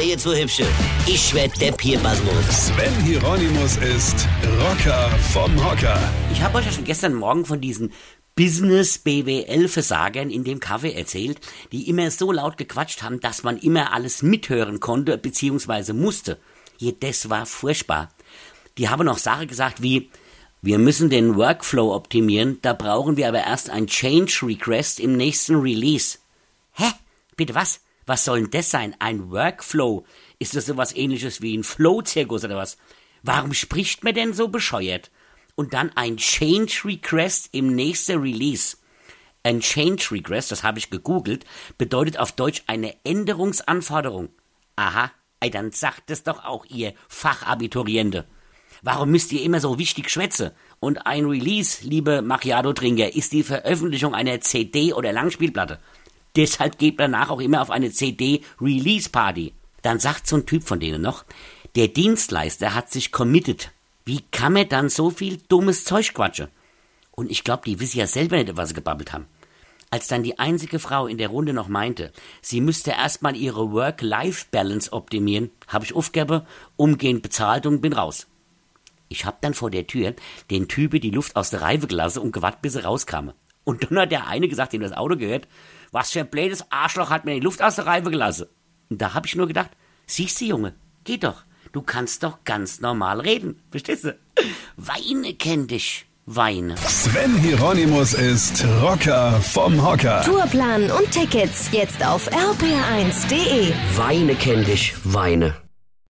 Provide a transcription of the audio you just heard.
jetzt so hübsche. Ich werd der Pierpasmus. Sven Hieronymus ist Rocker vom Hocker. Ich habe euch ja schon gestern Morgen von diesen Business-BWL-Versagern in dem Café erzählt, die immer so laut gequatscht haben, dass man immer alles mithören konnte bzw. musste. Ja, das war furchtbar. Die haben noch Sachen gesagt wie: Wir müssen den Workflow optimieren, da brauchen wir aber erst ein Change Request im nächsten Release. Hä? Bitte was? Was soll denn das sein? Ein Workflow? Ist das sowas ähnliches wie ein Flow-Zirkus oder was? Warum spricht man denn so bescheuert? Und dann ein Change Request im nächsten Release. Ein Change Request, das habe ich gegoogelt, bedeutet auf Deutsch eine Änderungsanforderung. Aha, dann sagt es doch auch ihr Fachabituriente. Warum müsst ihr immer so wichtig schwätzen? Und ein Release, liebe Macchiato-Trinker, ist die Veröffentlichung einer CD oder Langspielplatte. Deshalb geht man danach auch immer auf eine CD-Release-Party. Dann sagt so ein Typ von denen noch, der Dienstleister hat sich committed. Wie kann man dann so viel dummes Zeug quatschen? Und ich glaube, die wissen ja selber nicht, was sie gebabbelt haben. Als dann die einzige Frau in der Runde noch meinte, sie müsste erstmal ihre Work-Life-Balance optimieren, habe ich aufgegeben, umgehend bezahlt und bin raus. Ich hab dann vor der Tür den Typen die Luft aus der Reife gelassen und gewartet, bis er rauskam. Und dann hat der eine gesagt, dem das Auto gehört, was für ein blödes Arschloch hat mir die Luft aus der Reife gelassen. Und da hab ich nur gedacht, siehst du, Junge, geh doch. Du kannst doch ganz normal reden. Verstehst du? Weine kenn dich. Weine. Sven Hieronymus ist Rocker vom Hocker. Tourplan und Tickets jetzt auf rpr1.de. Weine kenn dich, Weine.